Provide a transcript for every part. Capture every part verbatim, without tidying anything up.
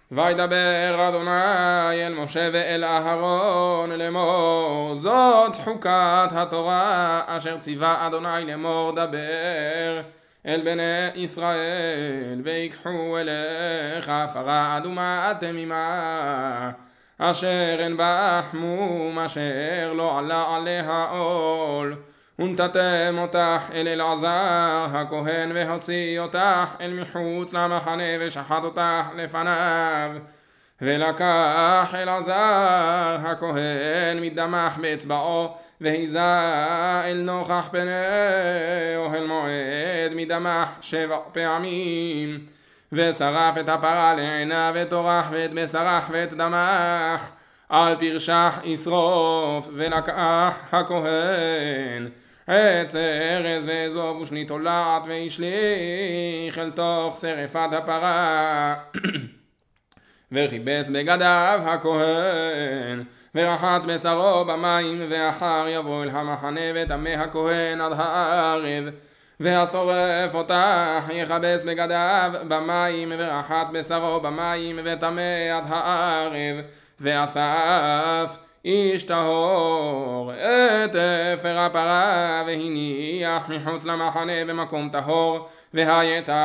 וידבר אדוני אל משה ואל אהרון לאמור, זאת חוקת התורה אשר ציווה אדוני לאמור, דבר אל בני ישראל ויקחו אליך פרה אדומה תמימה אשר אין בה חמום אשר לא עלה עליה עול, ונתתם אותך אל אלעזר הכהן והוציא אותך אל מחוץ למחנה ושחט אותך לפניו. ולקח אלעזר הכהן מדמח באצבעו והיזה אל נוכח פני אוהל מועד מדמח שבע פעמים, ושרף את הפרה לעינה וטורח ואת בשרך ואת דמח על פרשך ישרוף. ולקח הכהן עץ ארז ואזוב ושני תולעת וישליך אל תוך שרפת הפרה וכיבס בגדיו הכהן ורחץ בשרו במים, ואחר יבוא אל המחנה וטמא הכהן עד הערב, והשורף אותך יכבס בגדיו במים ורחץ בשרו במים וטמא עד הערב, ואסף איש טהור את אפר הפרה והניח מחוץ למחנה במקום טהור, והייתה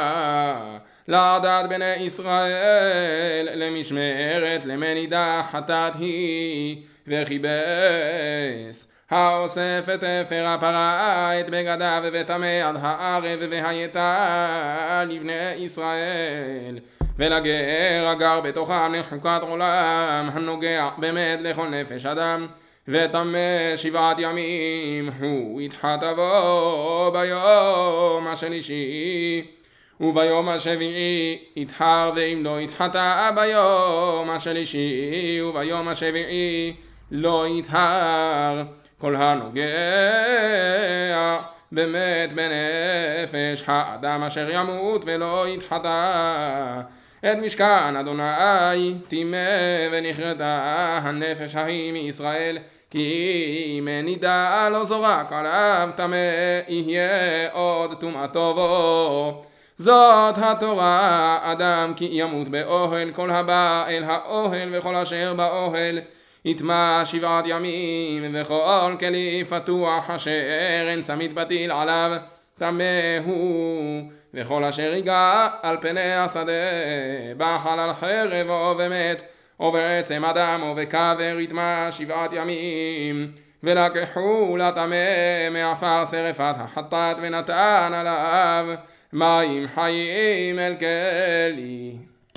לעדת בני ישראל למשמרת למנידה חטאת היא, וכיבס האוסף את אפר הפרה את בגדיו וטמא עד הערב, והייתה לבני ישראל ולגר הגר בתוכם לחוקת עולם הנוגע באמת לכל נפש אדם, וטמא שבעת ימים הוא ידחת בו ביום השלישי, וביום השביעי יטהר, ואם לא ידחתה ביום השלישי וביום השביעי לא יטהר. כל הנוגע באמת בנפש האדם אשר ימות ולא ידחתה את משכן אדוני טימא, ונכרתה הנפש ההיא מישראל, כי מנידה לא זורק עליו טמא יהיה עוד טומאתו בו. זאת התורה, אדם כי ימות באוהל, כל הבא אל האוהל וכל אשר באוהל יטמא שבעת ימים, וכל כלי פתוח אשר אין צמית בטיל עליו טמא הוא, וכל אשר ייגע על פני השדה בחל על חרב או ומת או בעצם אדם או בקבר יטמא שבעת ימים. ולקחו לטמא מעפר שרפת החטאת ונתן עליו מים חיים אל כלי,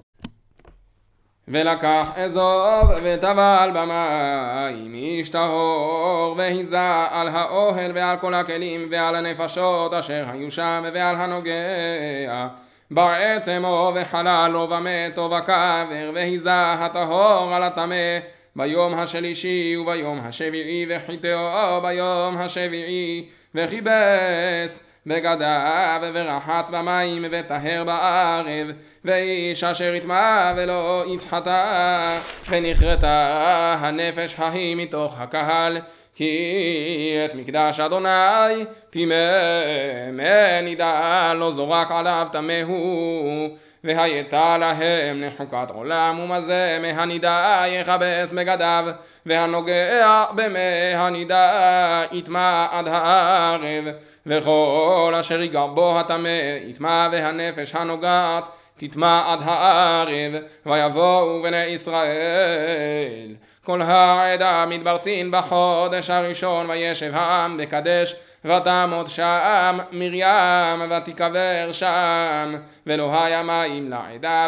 ולקח אזוב וטבל במים איש טהור, והיזה על האוהל ועל כל הכלים ועל הנפשות אשר היו שם ועל הנוגע בעצמו וחללו ומת ובקבר, והיזה הטהור על הטמא ביום השלישי וביום השביעי, וחיתהו ביום השביעי, וכיבס בגדיו ורחץ במים וטהר בערב, ואיש אשר יטמא ולא ידחתה, ונכרתה הנפש ההיא מתוך הקהל, כי את מקדש אדוני טימא מנידה לא זורק עליו טמא הוא. והייתה להם לחוקת עולם, ומזה מהנידה יכבס בגדיו, והנוגע במי הנידה יטמא עד הערב, וכל אשר ייגע בו הטמא יטמא, והנפש הנוגעת תטמא עד הערב. ויבואו בני ישראל כל העדה מתברצין בחודש הראשון, וישב העם בקדש, ותעמוד שם מרים ותיקבר שם, ולא היה מים לעדה,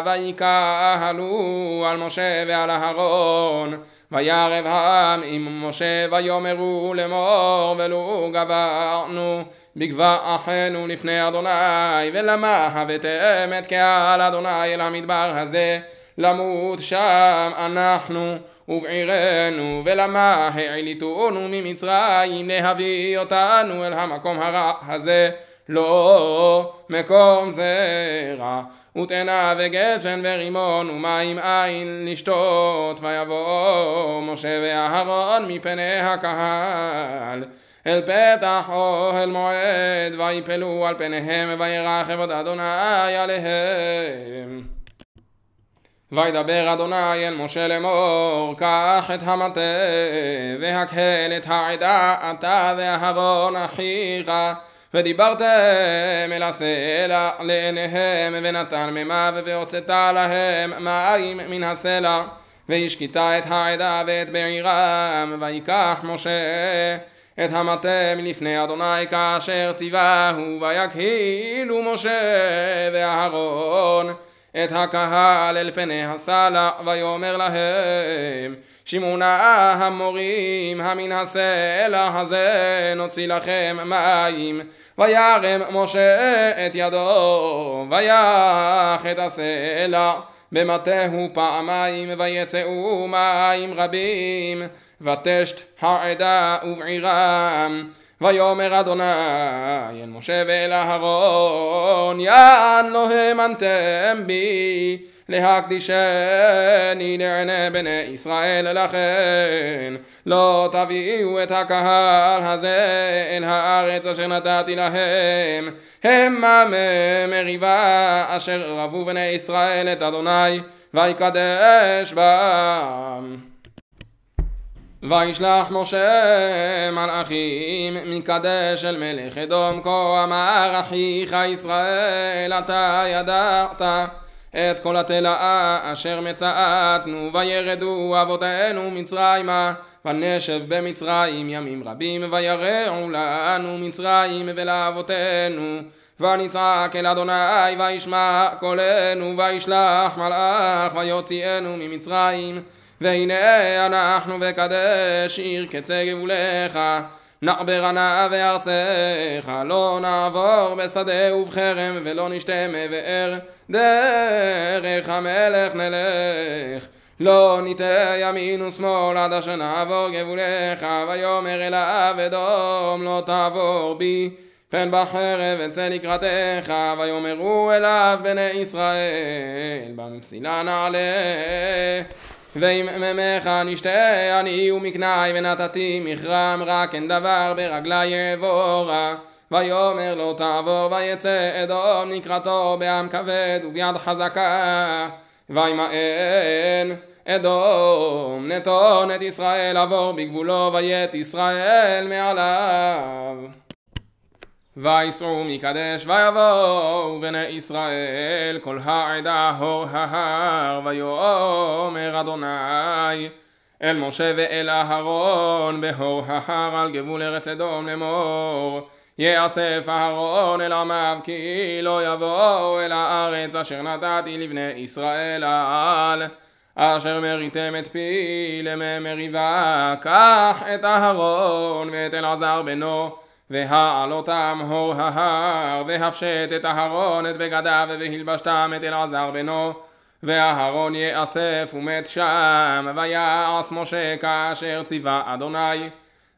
ויקהלו על משה ועל אהרון. וירב העם עם משה ויאמרו לאמור, ולו גברנו בגבע אחינו לפני אדוני, ולמה הבאתם את קהל אדוני אל המדבר הזה למות שם אנחנו ובעירנו, ולמה העליתונו ממצרים להביא אותנו אל המקום הרע הזה? לא מקום זרע ותאנה וגשם ורימון ומים אין לשתות. ויבוא משה ואהרון מפני הקהל אל פתח אוהל מועד, ויפלו על פניהם וירח כבוד אדוני עליהם. וידבר אדוני אל משה לאמור, קח את המטה והקהל את העדה אתה ואהרון אחיך, ודיברתם אל הסלע לעיניהם, ונתן מימיו והוצאת להם מים מן הסלע, והשקיטה את העדה ואת בעירם. ויקח משה את המטה מלפני אדוני כאשר ציווהו, ויקהילו משה ואהרון את הקהל אל פני הסלע, ויאמר להם, שמעו נא המורים המן הסלע הזה נוציא לכם מים. וירם משה את ידו ויח את הסלע במטהו פעמיים, ויצאו מים רבים, ותשת העדה ובעירם. ויאמר אדוני אל משה ואל אהרון, יען לא האמנתם בי להקדישני לעיני בני ישראל, לכן לא תביאו את הקהל הזה אל הארץ אשר נתתי להם, המה מריבה אשר רבו בני ישראל את אדוני, ויקדש בם. וישלח משה מלאכים מקדש אל מלך אדום, כה אמר אחיך ישראל, אתה ידעת את כל התלאה אשר מצאתנו, וירדו אבותינו מצרימה, ונשב במצרים ימים רבים, וירעו לנו מצרים ולאבותינו, ונצעק אל אדוני וישמע קולנו, וישלח מלאך ויוציאנו ממצרים. והנה אנחנו בקדש עיר קצה גבולך, נעברה נא בארצך, לא נעבור בשדה ובחרם, ולא נשתה מבאר, דרך המלך נלך, לא ניטה ימין ושמאל עד אשר נעבור גבולך. ויאמר אליו אדום, לא תעבור בי, פן בחרב אצא לקראתך. ויאמרו אליו בני ישראל, במסילה נעלה, ואם ממך נשתה אני ומקנאי, ונתתי מכרם רק אין דבר ברגלי יבורה. ויאמר לא תעבור, ויצא אדום לקראתו בעם כבד וביד חזקה, וימאן אדום נתון את ישראל עבור בגבולו, ויית ישראל מעליו. ויסעו מקדש ויבואו בני ישראל כל העדה הור ההר. ויאמר אדוני אל משה ואל אהרון בהור ההר על גבול ארץ אדום לאמור, יאסף אהרון אל עמיו כי לא יבואו אל הארץ אשר נתתי לבני ישראל על אשר מריתם את פי למי מריבה. קח את אהרון ואת אלעזר בנו והעלותם הור ההר, והפשט את אהרון את בגדיו והלבשתם את אלעזר בנו, ואהרון יאסף ומת שם. ויעש משה כאשר ציווה אדוני.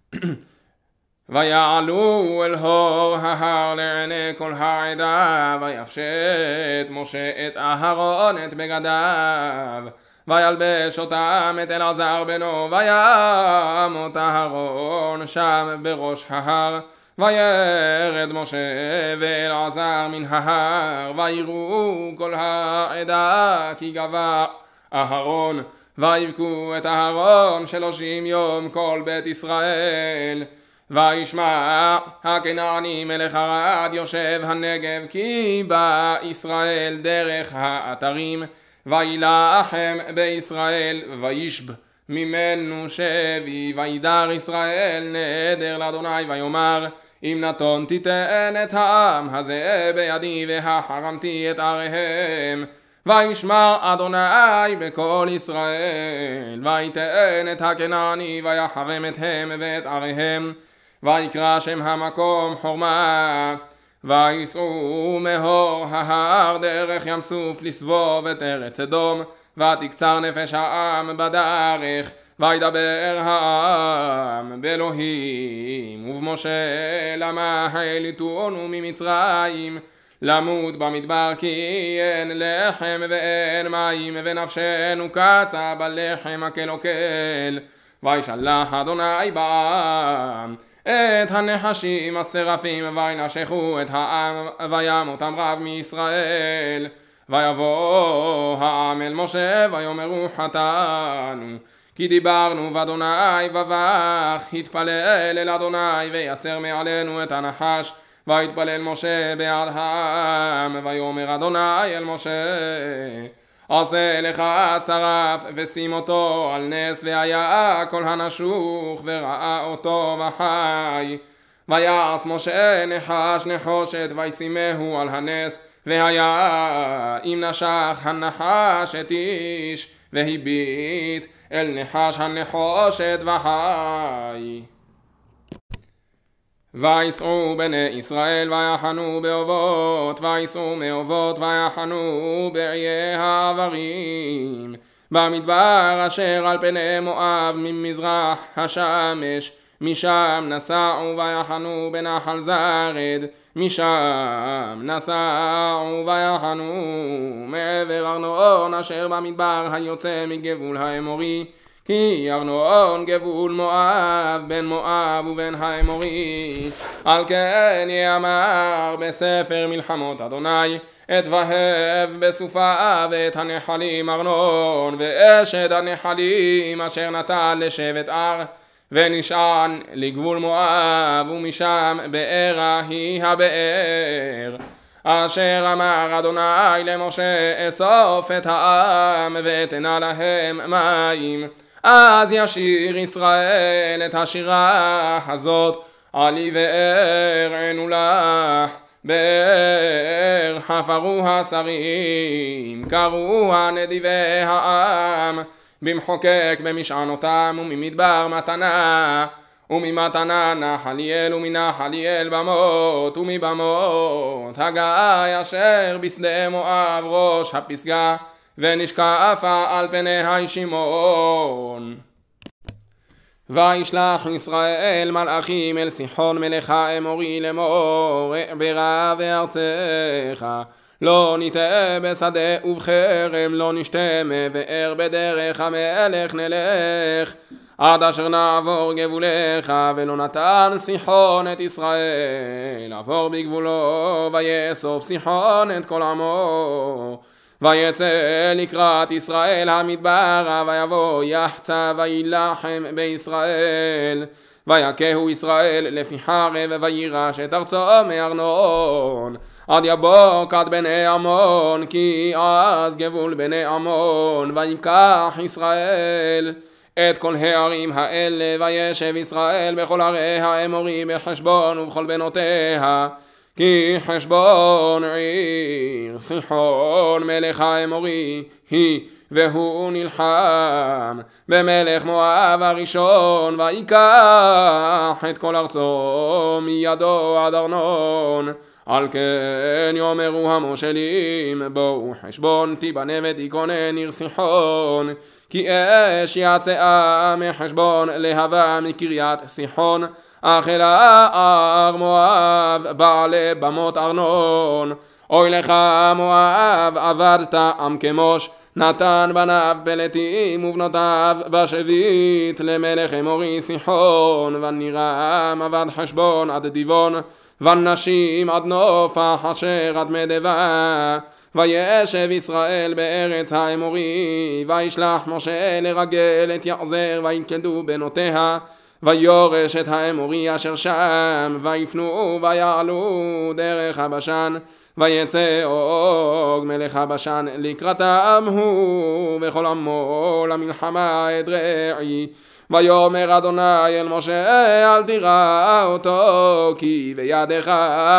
ויעלו אל הור ההר לעיני כל העדה, ויפשט משה את אהרון את בגדיו, וילבש אותם את אלעזר בנו, וימות אהרון שם בראש ההר. וירד משה ואלעזר מן ההר, ויראו כל העדה כי גבה אהרון, ויבכו את אהרון שלושים יום כל בית ישראל. וישמע הכנעני מלך ערד יושב הנגב, כי בא ישראל דרך האתרים, וילחם בישראל וישב ממנו שבי. וידר ישראל נדר לאדוני ויאמר, אם נתון תיתן את העם הזה בידי והחרמתי את עריהם. וישמע אדוני בקול ישראל, ויתן את הכנעני ויחרם אתהם ואת עריהם, ויקרא שם המקום חורמה. ויסעו מהור ההר דרך ים סוף לסבוב את ארץ אדום, ותקצר נפש העם בדרך. וידבר העם באלוהים ובמשה, למה העליתונו ממצרים למות במדבר, כי אין לחם ואין מים, ונפשנו קצה בלחם הקלוקל. וישלח אדוני בעם את הנחשים השרפים, וינשכו את העם, וימותם רב מישראל. ויבוא העם אל משה ויאמרו חטאנו כי דיברנו ואדוני בבך, התפלל אל אדוני ויסר מעלינו את הנחש. ויתפלל משה בעד העם ויאמר אדוני אל משה עשה לך שרף ושים אותו על נס, והיה כל הנשוך וראה אותו וחי. ויעש משה נחש נחושת וישימהו על הנס, והיה אם נשך הנחש את איש והביט אל נחש הנחושת וחי. ויסעו בני ישראל ויחנו באובות, ויסעו מאובות ויחנו באיי העברים במדבר אשר על פני מואב ממזרח השמש. משם נסעו ויחנו בנחל זרד, משם נסעו ויחנו מעבר ארנון אשר במדבר היוצא מגבול האמורי, כי ארנון גבול מואב בין מואב ובין האמורי. על כן יאמר בספר מלחמות אדוני את והב בסופה ואת הנחלים ארנון ואשת הנחלים אשר נתן לשבט אר, ונשען לגבול מואב, ומשם בארה היא הבאר אשר אמר אדוני למשה אסוף את העם ואתנה להם מים. אז ישיר ישראל את השירה הזאת, עלי באר ענו לך, באר חפרו השרים, קראו הנדיבי העם, במחוקק במשענותם וממדבר מתנה, וממתנה נחליאל ומנחליאל במות, ומבמות הגיא אשר בשדה מואב ראש הפסגה, ונשקפה על פני הישימון. וישלח ישראל מלאכים אל סיחון מלך האמורי לאמור ברע בארצך, לא נטעה בשדה ובחרם לא נשתה מבאר, בדרך המלך נלך עד אשר נעבור גבולך. ולא נתן סיחון את ישראל עבור בגבולו, ויאסוף סיחון את כל עמו, ויצא לקראת ישראל המדברה, ויבוא יחצה וילחם בישראל. ויקהו ישראל לפי חרב וירש את ארצו מארנון עד יבוק עד בני עמון, כי אז גבול בני עמון. ויקח ישראל את כל הערים האלה, וישב ישראל בכל ערי האמורי בחשבון ובכל בנותיה, כי חשבון עיר סיחון מלך האמורי היא, והוא נלחם במלך מואב הראשון, ויקח את כל ארצו מידו עד ארנון. על כן יאמרו המושלים בואו חשבון תיבנה ותיכונן עיר סיחון, כי אש יצאה מחשבון להבה מקריית סיחון, אך אל ההר מואב בעלי במות ארנון. אוי לך מואב עבדת עם כמוש, נתן בניו פלטים ובנותיו בשבית למלך אמורי סיחון. ונירם עבד חשבון עד דיבון, ונשים עד נופח אשר עד מדבה. וישב ישראל בארץ האמורי, וישלח משה לרגל את יעזר, וינקדו בנותיה, ויורש את האמורי אשר שם, ויפנו ויעלו דרך הבשן. ויצא אוג מלך הבשן לקראתם הוא בכל עמו למלחמה אדרעי. ויאמר אדוני אל משה אל תירא אותו, כי בידך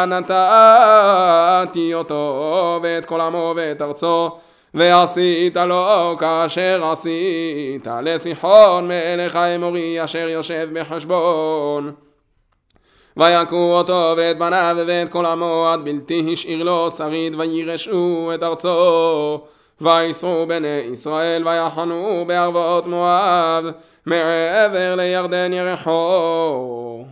נתתי אותו ואת כל עמו ואת ארצו, ועשית לו כאשר עשית לסיחון מלך האמורי אשר יושב בחשבון. ויכו אותו ואת בניו ואת כל עמו עד בלתי השאיר לו שריד, וירשו את ארצו. ויסעו בני ישראל ויחנו בערבות מואב מעבר לירדן ירחו.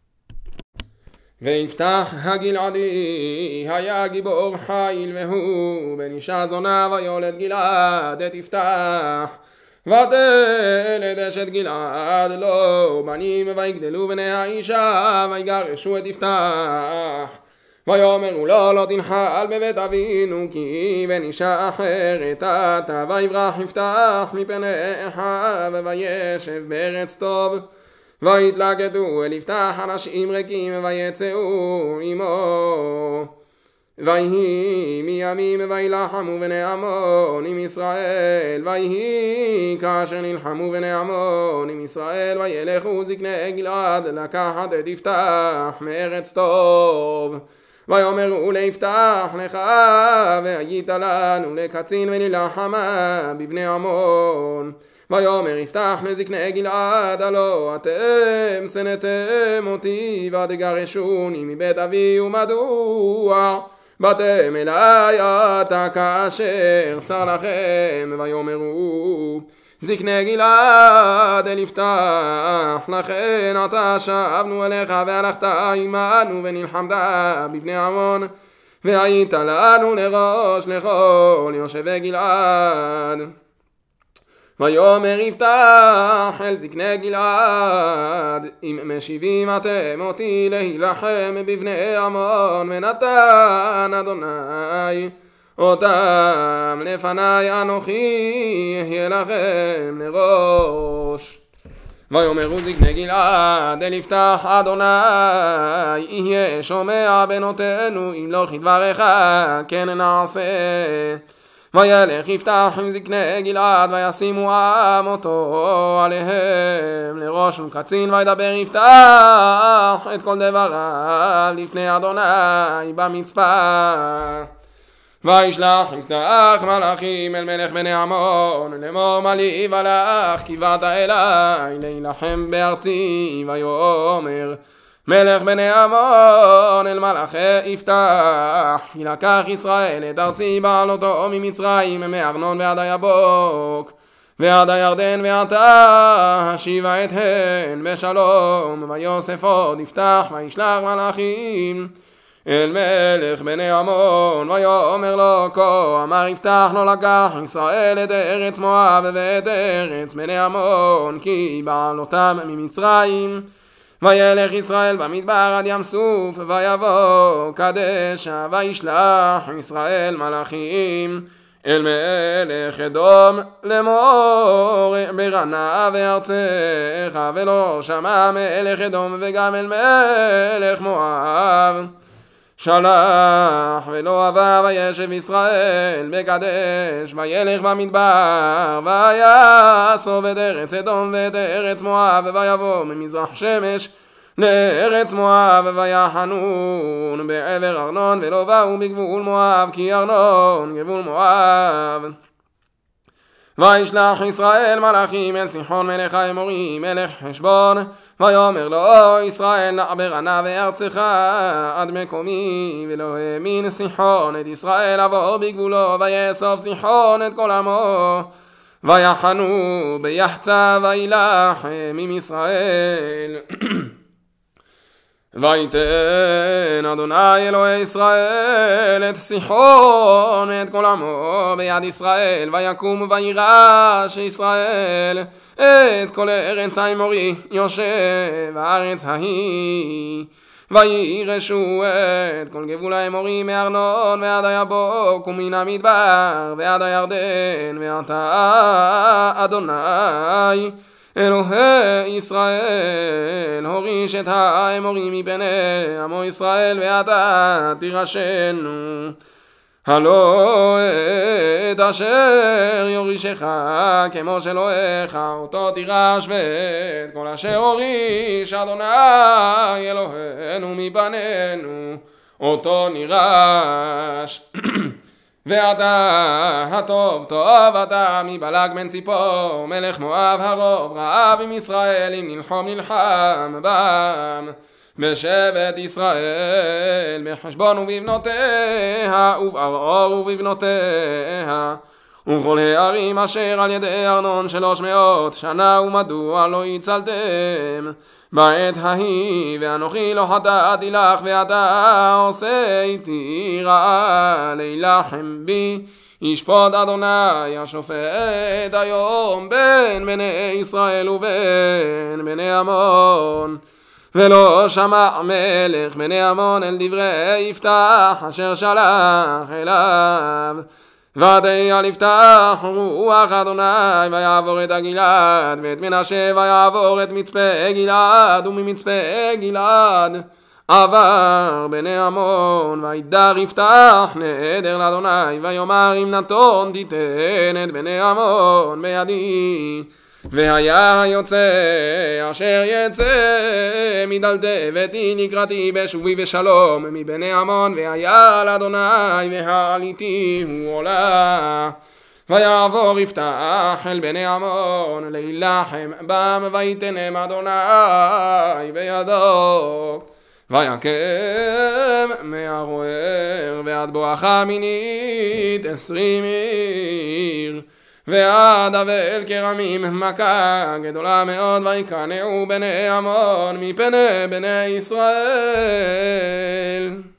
ויפתח הגלעדי היה גיבור חיל, והוא בן אישה זונה, ויולד גלעד את יפתח. ותלד אשת גלעד לו בנים, ויגדלו בני האישה ויגרשו את יפתח. ויאמרו לו לא תנחל בבית אבינו כי בן אישה אחרת אתה ויברח יפתח מפני אחיו וישב בארץ טוב ויתלכדו אל יפתח אנשים ריקים ויצאו עמו ויהי מימים וילחמו בני עמון עם ישראל ויהי כאשר נלחמו בני עמון עם ישראל וילכו זקני גלעד לקחת את יפתח מארץ טוב ויאמרו ליפתח לך והיית לנו לקצין ונלחמה בבני עמון ויאמר יפתח לזקני גלעד הלא אתם שנאתם אותי ותגרשוני מבית אבי ומדוע באתם אליי עתה כאשר צר לכם ויאמרו זקני גלעד אל יפתח לכן עתה שבנו אליך והלכת עמנו ונלחמת בבני עמון והיית לנו לראש לכל יושבי גלעד ויאמר יפתח אל זקני גלעד אם משיבים אתם אותי להילחם בבני עמון ונתן אדוני אותם לפני אנוכי אהיה לכם לראש ויאמרו זקני גלעד אל יפתח אדוני יהיה שומע בנותינו אם לא כדברך כן נעשה וילך יפתח עם זקני גלעד וישימו עם אותו עליהם לראש ולקצין וידבר יפתח את כל דבריו לפני אדוני במצפה וישלח יפתח מלאכים אל מלך בני עמון לאמור מה לי ולך כי באת אליי להילחם בארצי ויאמר מלך בני עמון אל מלאכי יפתח כי לקח ישראל את ארצי בעלותו ממצרים מארנון ועד היבוק ועד הירדן ועתה השיבה את הן בשלום ויוסף עוד יפתח וישלח מלאכים אל מלך בני עמון ויאמר לו כה אמר יפתח לא לקח ישראל את ארץ מואב ואת ארץ בני עמון כי בעלותם ממצרים וילך ישראל במדבר עד ים סוף ויבוא קדשה וישלח ישראל מלאכים אל מלך אדום לאמור ברנה וארצך ולא שמע מלך אדום וגם אל מלך מואב שלח ולא עבר וישב ישראל בקדש וילך במדבר ויאסוף את ארץ אדום ואת ארץ מואב ויבוא ממזרח שמש לארץ מואב ויחנון בעבר ארנון ולא באו בגבול מואב כי ארנון גבול מואב וישלח ישראל מלאכים אל סיחון מלך האמורי מלך חשבון ויאמר לו ישראל נע ברנה וארצך עד מקומי ולא האמין סיחון את ישראל אבוא בגבולו ויאסוף סיחון את כל עמו ויחנו ביחצה וילחם עם ישראל ויתן אדוני אלוהי ישראל את סיחון את כל עמו ביד ישראל ויקום וירש ישראל את כל ארץ האמורי יושב הארץ ההיא וירשו את כל גבול האמורי מארנון ועד היבוק ומן המדבר ועד הירדן ועתה אדוני אלוהי ישראל הוריש את האמורי מבני עמו ישראל ועתה תירשנו הלא את אשר יורישך כמו שלוהיך אותו תירש ואת כל אשר הוריש אדוני אלוהינו מפנינו אותו נירש ואתה הטוב טוב אתה מבלק בן ציפור מלך מואב הרוב רעב עם ישראל אם נלחום נלחם בם בשבט ישראל בחשבון ובבנותיה ובערעור ובבנותיה וכל הערים אשר על ידי ארנון שלוש מאות שנה ומדוע לא הצלתם בעת ההיא ואנוכי לא חטאתי לך ואתה עושה איתי רעה להילחם בי ישפוט אדוני השופט היום בין בני ישראל ובין בני עמון ולא שמע המלך בני עמון אל דברי יפתח אשר שלח אליו. ותהי יפתח רוח אדוני ויעבור את הגלעד ואת מנשה ויעבור את מצפה גלעד, וממצפה גלעד עבר בני עמון. וידר יפתח נדר לאדוני ויאמר אם נתון תיתן את בני עמון בידי. והיה היוצא אשר יצא מדלדבתי לקראתי בשובי ושלום מבני עמון, והיה לאדוני והעליתיהו עולה. ויעבור יפתח אל בני עמון להילחם בם ויתנם אדוני בידו. ויקם מהרוער ועד בואכה מינית עשרים עיר, ועד אבל כרמים מכה גדולה מאוד. ויקנאו בני עמון מפני בני ישראל.